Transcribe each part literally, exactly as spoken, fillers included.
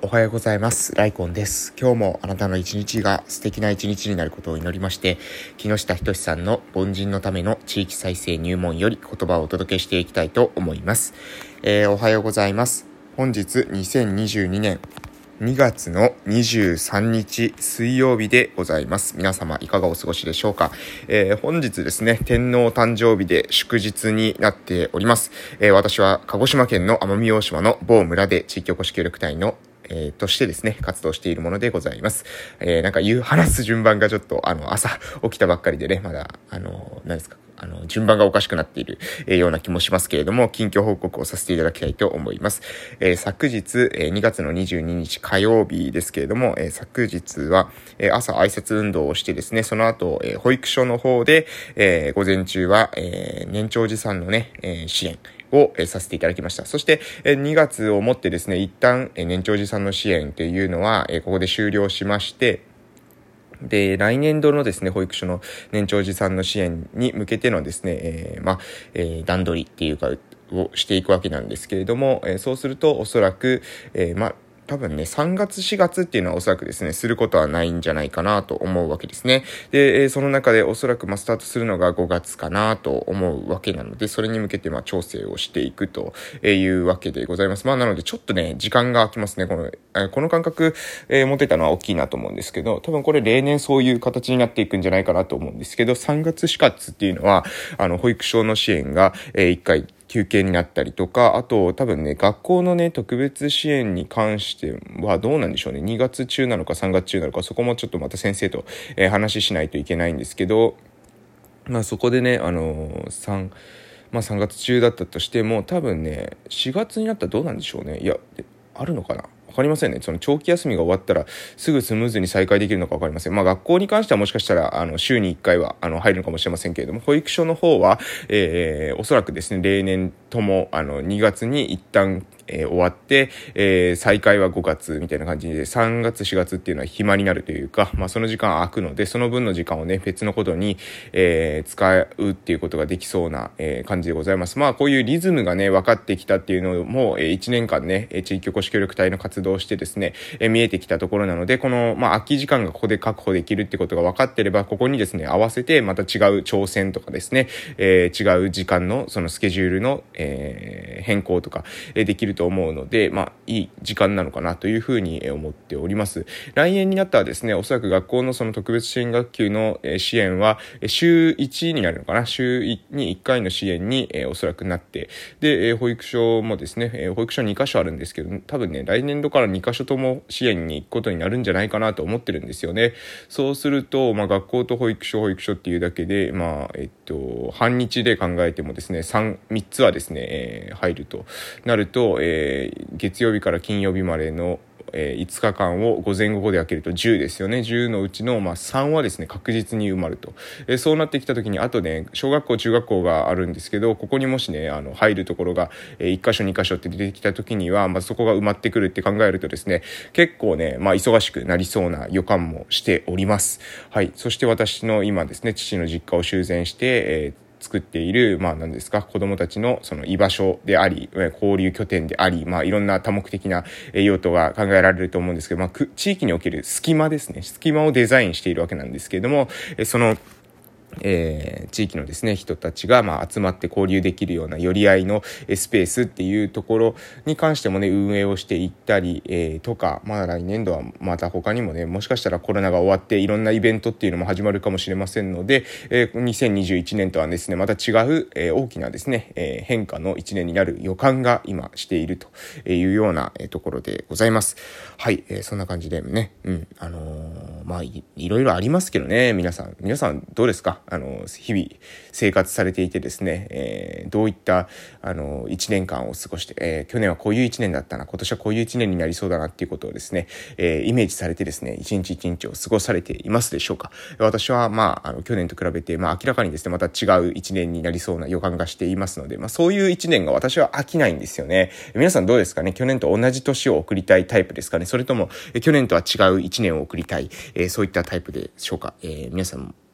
おはようございます。ライコンです。今日もあなたの一日が素敵な一日になることを祈りまして、木下仁さんの凡人のための地域再生入門より言葉をお届けしていきたいと思います。えー、おはようございます。本日にせんにじゅうにねんにがつのにじゅうさんにち水曜日でございます。皆様いかがお過ごしでしょうか。えー、本日ですね、天皇誕生日で祝日になっております。えー、私は鹿児島県の奄美大島の某村で地域おこし協力隊のえー、としてですね、活動しているものでございます。えー、なんか言う、話す順番がちょっと、あの、朝起きたばっかりでね、まだ、あの、何ですか、あの、順番がおかしくなっている、えー、ような気もしますけれども、近況報告をさせていただきたいと思います。えー、昨日、えー、にがつのにじゅうににち火曜日ですけれども、えー、昨日は、えー、朝挨拶運動をしてですね、その後、えー、保育所の方で、えー、午前中は、えー、年長児さんのね、えー、支援、をさせていただきました。そしてにがつをもってですね、一旦年長児さんの支援というのはここで終了しまして、で、来年度のですね、保育所の年長児さんの支援に向けてのですね、えー、まあ、えー、段取りっていうかをしていくわけなんですけれども、えー、そうするとおそらく、えー、まあ多分ね、さんがつしがつっていうのはおそらくですね、することはないんじゃないかなと思うわけですね。で、その中でおそらくまあスタートするのがごがつかなと思うわけなので、それに向けてまあ調整をしていくというわけでございます。まあなのでちょっとね、時間が空きますね。この、この感覚、えー、持てたのは大きいなと思うんですけど、多分これ例年そういう形になっていくんじゃないかなと思うんですけど、さんがつしがつっていうのは、あの、保育所の支援が、えー、いっかい、休憩になったりとか、あと多分ね、学校のね、特別支援に関してはどうなんでしょうね。にがつ中なのかさんがつ中なのか、そこもちょっとまた先生と、えー、話しないといけないんですけど、まあそこでね、あのー、3、まあさんがつ中だったとしても、多分ね、しがつになったらどうなんでしょうね。いや、あるのかな。わかりませんね。その長期休みが終わったらすぐスムーズに再開できるのかわかりません。まあ学校に関してはもしかしたらあの週にいっかいはあの入るのかもしれませんけれども、保育所の方は、えー、おそらくですね、例年ともあのにがつに一旦えー、終わって、えー、再開はごがつみたいな感じで、さんがつしがつっていうのは暇になるというか、まあその時間空くので、その分の時間をね、別のことに、えー、使うっていうことができそうな、えー、感じでございます。まあこういうリズムがね、分かってきたっていうのも、えー、いちねんかんね、地域おこし協力隊の活動をしてですね、えー、見えてきたところなので、この、まあ空き時間がここで確保できるってことが分かってれば、ここにですね、合わせてまた違う挑戦とかですね、えー、違う時間のそのスケジュールの、えー、変更とか、えー、できると思うので、まあいい時間なのかなというふうに思っております。来年になったらですね、おそらく学校のその特別支援学級の支援は週いちになるのかな、週にいっかいの支援におそらくなって、で保育所もですね、保育所にかしょあるんですけど、多分ね、来年度からにかしょとも支援に行くことになるんじゃないかなと思ってるんですよね。そうすると、まあ学校と保育所保育所っていうだけで、まあえっと半日で考えてもですね、3、3つはですね、えー、入るとなると、えー月曜日から金曜日までの、えー、いつかかんを午前午後で分けるとじゅうですよね。じゅうのうちの、まあ、さんはですね、確実に埋まると、えー、そうなってきた時に、あとね、小学校中学校があるんですけど、ここにもしね、あの入るところが、えー、いっかしょにかしょって出てきた時には、まあ、そこが埋まってくるって考えるとですね、結構ね、まあ、忙しくなりそうな予感もしております。はい。そして私の今ですね、父の実家を修繕して、えー作っている、まあ何ですか、子供たちのその居場所であり、交流拠点であり、まあいろんな多目的な用途が考えられると思うんですけど、まあ地域における隙間ですね、隙間をデザインしているわけなんですけれども、そのえー、地域のですね人たちがまあ集まって交流できるような寄り合いのスペースっていうところに関してもね運営をしていったり、えー、とか、まあ来年度はまた他にもね、もしかしたらコロナが終わっていろんなイベントっていうのも始まるかもしれませんので、えー、にせんにじゅういちねんとはですねまた違う、えー、大きなですね、えー、変化のいちねんになる予感が今しているというようなところでございます。はい、えー、そんな感じでね、うんあのー、まあ い, いろいろありますけどね、皆さん皆さんどうですか。あの日々生活されていてですね、えー、どういったあのいちねんかんを過ごして、えー、去年はこういういちねんだったな、今年はこういういちねんになりそうだなっていうことをですね、えー、イメージされてですね、一日一日を過ごされていますでしょうか。私はまああの去年と比べて、まあ、明らかにですねまた違ういちねんになりそうな予感がしていますので、まあ、そういういちねんが私は飽きないんですよね。皆さんどうですかね。去年と同じ年を送りたいタイプですかね。それとも去年とは違ういちねんを送りたい、えー、そういったタイプでしょうか。えー、皆さん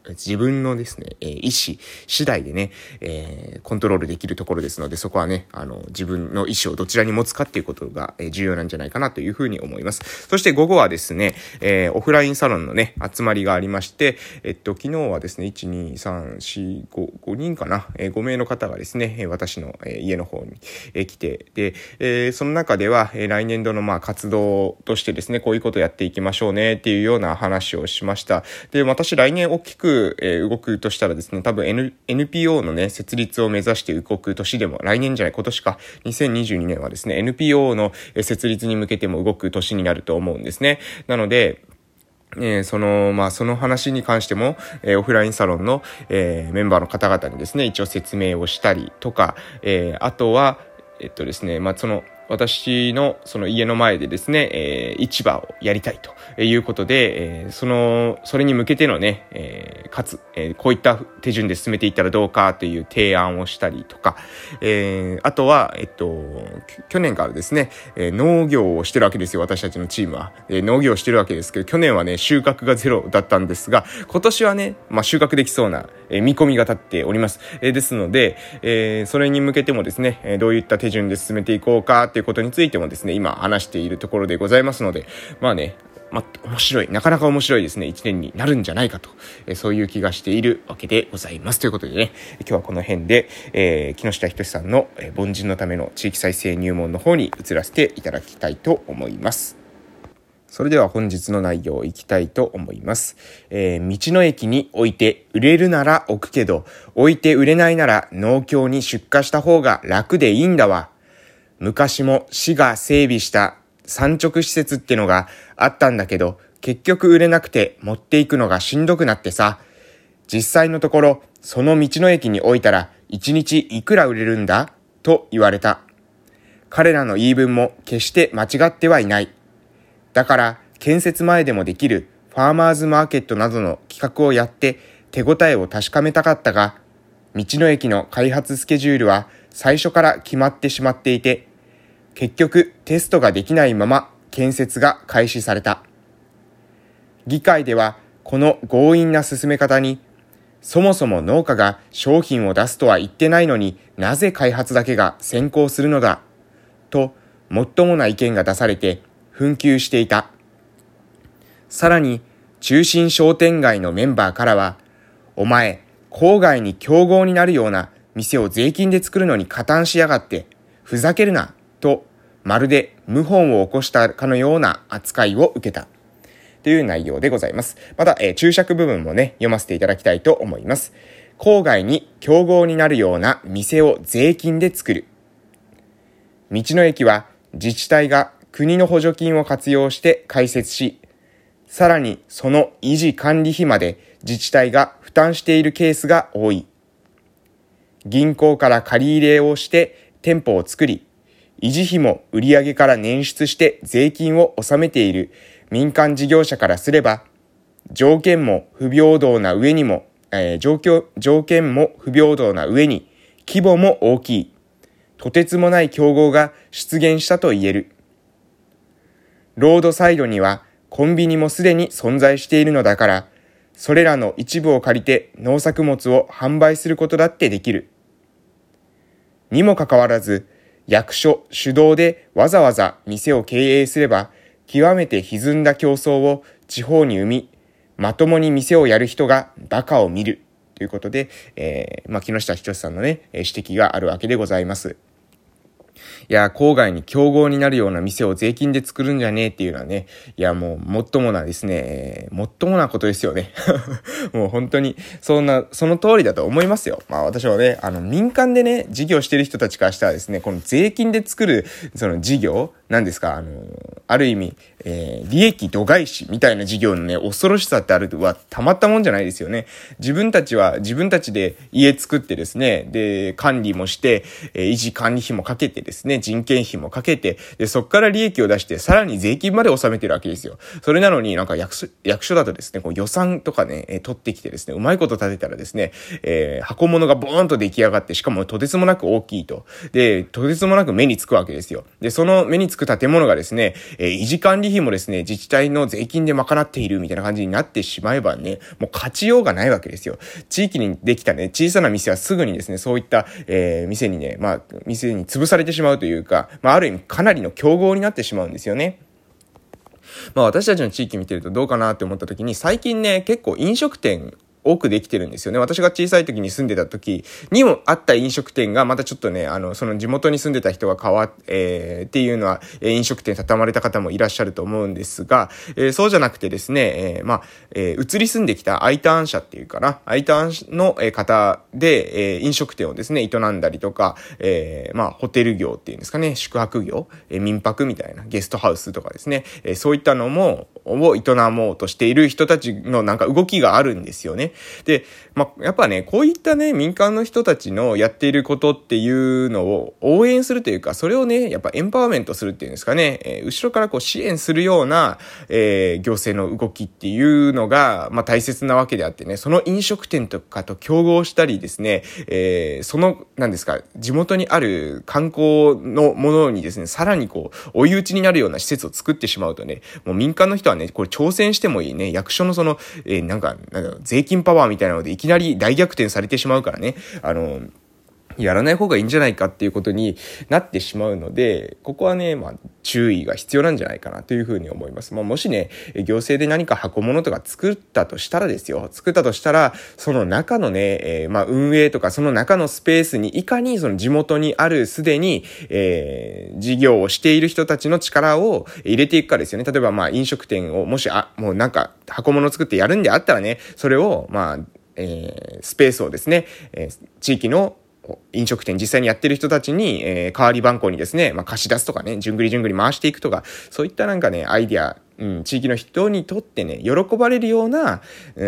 自分のですね、えー、意思次第でね、えー、コントロールできるところですので、そこはね、あの、自分の意思をどちらに持つかっていうことが、えー、重要なんじゃないかなというふうに思います。そして午後はですね、えー、オフラインサロンのね、集まりがありまして、えっと、昨日はですね、いち、に、さん、よん、ご、ごにんかな、えー、ごめいの方がですね、私の、えー、家の方に、えー、来て、で、えー、その中では、えー、来年度のまあ活動としてですね、こういうことをやっていきましょうねっていうような話をしました。で、私来年大きくえー、動くとしたらですね、多分 N、エヌピーオー のね、設立を目指して動く年でも、来年じゃない、今年か、にせんにじゅうにねんはですね、エヌピーオー の設立に向けても動く年になると思うんですね。なので、えー、その、まあ、その話に関しても、えー、オフラインサロンの、えー、メンバーの方々にですね、一応説明をしたりとか、えー、あとは、えっとですね、まあ、その、私のその家の前でですね、えー、市場をやりたいということで、えー、その、それに向けてのね、えー、かつ、えー、こういった手順で進めていったらどうかという提案をしたりとか、えー、あとは、えっと、去年からですね、えー、農業をしてるわけですよ、私たちのチームは。えー、農業をしてるわけですけど、去年はね、収穫がゼロだったんですが、今年はね、まあ、収穫できそうな、えー、見込みが立っております。えー、ですので、えー、それに向けてもですね、えー、どういった手順で進めていこうかっていうことについてもですね、今話しているところでございますので、まあね、まあ、面白い、なかなか面白いですね、一年になるんじゃないかと、えー、そういう気がしているわけでございます。ということでね、今日はこの辺で、えー、木下仁さんの、えー、凡人のための地域再生入門の方に移らせていただきたいと思います。それでは本日の内容いきたいと思います。えー、道の駅に置いて売れるなら置くけど、置いて売れないなら農協に出荷した方が楽でいいんだわ。昔も市が整備した産直施設ってのがあったんだけど、結局売れなくて持っていくのがしんどくなってさ。実際のところ、その道の駅に置いたらいちにちいくら売れるんだと言われた。彼らの言い分も決して間違ってはいない。だから建設前でもできるファーマーズマーケットなどの企画をやって手応えを確かめたかったが、道の駅の開発スケジュールは最初から決まってしまっていて、結局テストができないまま建設が開始された。議会ではこの強引な進め方に、そもそも農家が商品を出すとは言ってないのになぜ開発だけが先行するのだともっともな意見が出されて紛糾していた。さらに中心商店街のメンバーからは、お前郊外に競合になるような店を税金で作るのに加担しやがってふざけるなと、まるで謀反を起こしたかのような扱いを受けたという内容でございます。また、えー、注釈部分もね、読ませていただきたいと思います。郊外に競合になるような店を税金で作る。道の駅は自治体が国の補助金を活用して開設し、さらにその維持管理費まで自治体が負担しているケースが多い。銀行から借り入れをして店舗を作り、維持費も売上から捻出して税金を納めている民間事業者からすれば、条件も不平等な上にも、えー、状況、条件も不平等な上に規模も大きい、とてつもない競合が出現したと言える。ロードサイドにはコンビニもすでに存在しているのだから、それらの一部を借りて農作物を販売することだってできる。にもかかわらず、役所主導でわざわざ店を経営すれば、極めて歪んだ競争を地方に生み、まともに店をやる人が馬鹿を見るということで、えー、まあ、木下仁さんのね、指摘があるわけでございます。いや、郊外に競合になるような店を税金で作るんじゃねえっていうのはね、いやもう、もっともなですね、えー、もっともなことですよね。もう本当に、そんな、その通りだと思いますよ。まあ私はね、あの、民間でね、事業してる人たちからしたらですね、この税金で作る、その事業、なんですか、あの、ある意味、えー、利益度外視みたいな事業のね、恐ろしさってあるはたまったもんじゃないですよね。自分たちは自分たちで家作ってですね、で、管理もして、えー、維持管理費もかけてですね、人件費もかけて、で、そっから利益を出して、さらに税金まで納めてるわけですよ。それなのになんか役所、役所だとですね、こう予算とかね、えー、取ってきてですね、うまいこと立てたらですね、えー、箱物がボーンと出来上がって、しかもとてつもなく大きいと。で、とてつもなく目につくわけですよ。で、その目につく建物がですね、 えー、維持管理費もですね、自治体の税金で賄っているみたいな感じになってしまえばね、もう勝ちようがないわけですよ。地域にできたね、小さな店はすぐにですね、そういった、えー、店にね、まあ、店に潰されてしまうというか、まあ、ある意味かなりの競合になってしまうんですよね。まあ私たちの地域見てるとどうかなって思った時に、最近ね、結構飲食店多くできてるんですよね。私が小さい時に住んでた時にもあった飲食店がまたちょっとね、あの、その地元に住んでた人が変わっ、えー、っていうのは、えー、飲食店畳まれた方もいらっしゃると思うんですが、えー、そうじゃなくてですね、えー、まあ、えー、移り住んできた I ターン社っていうかな、I ターンの方で、えー、飲食店をですね、営んだりとか、えー、まあ、ホテル業っていうんですかね、宿泊業、えー、民泊みたいな、ゲストハウスとかですね、えー、そういったのも、を営もうとしている人たちのなんか動きがあるんですよね。で、まあ、やっぱね、こういったね、民間の人たちのやっていることっていうのを応援するというか、それをね、やっぱエンパワーメントするっていうんですかね、えー、後ろからこう支援するような、えー、行政の動きっていうのが、まあ、大切なわけであってね、その飲食店とかと競合したりですね、えー、その、なんですか、地元にある観光のものにですね、さらにこう、追い打ちになるような施設を作ってしまうとね、もう民間の人はね、これ挑戦してもいいね、役所のその、えー、なんか、なんか税金パワーみたいなのでいきなり大逆転されてしまうからね、あの、やらない方がいいんじゃないかっていうことになってしまうので、ここはね、まあ、注意が必要なんじゃないかなというふうに思います。まあ、もしね、行政で何か箱物とか作ったとしたらですよ、作ったとしたら、その中のね、えー、まあ、運営とか、その中のスペースにいかにその地元にあるすでに、えー、事業をしている人たちの力を入れていくかですよね。例えば、まあ、飲食店を、もし、あ、もうなんか、箱物作ってやるんであったらね、それを、まあ、えー、スペースをですね、えー、地域の飲食店実際にやってる人たちに、えー、代わり番号にですね、まあ、貸し出すとかね、じゅんぐりじゅんぐり回していくとか、そういったなんかね、アイディア、うん、地域の人にとってね、喜ばれるような、うん、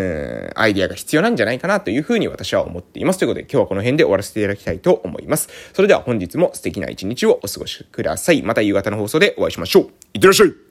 アイディアが必要なんじゃないかなというふうに私は思っています。ということで、今日はこの辺で終わらせていただきたいと思います。それでは本日も素敵な一日をお過ごしください。また夕方の放送でお会いしましょう。いってらっしゃい。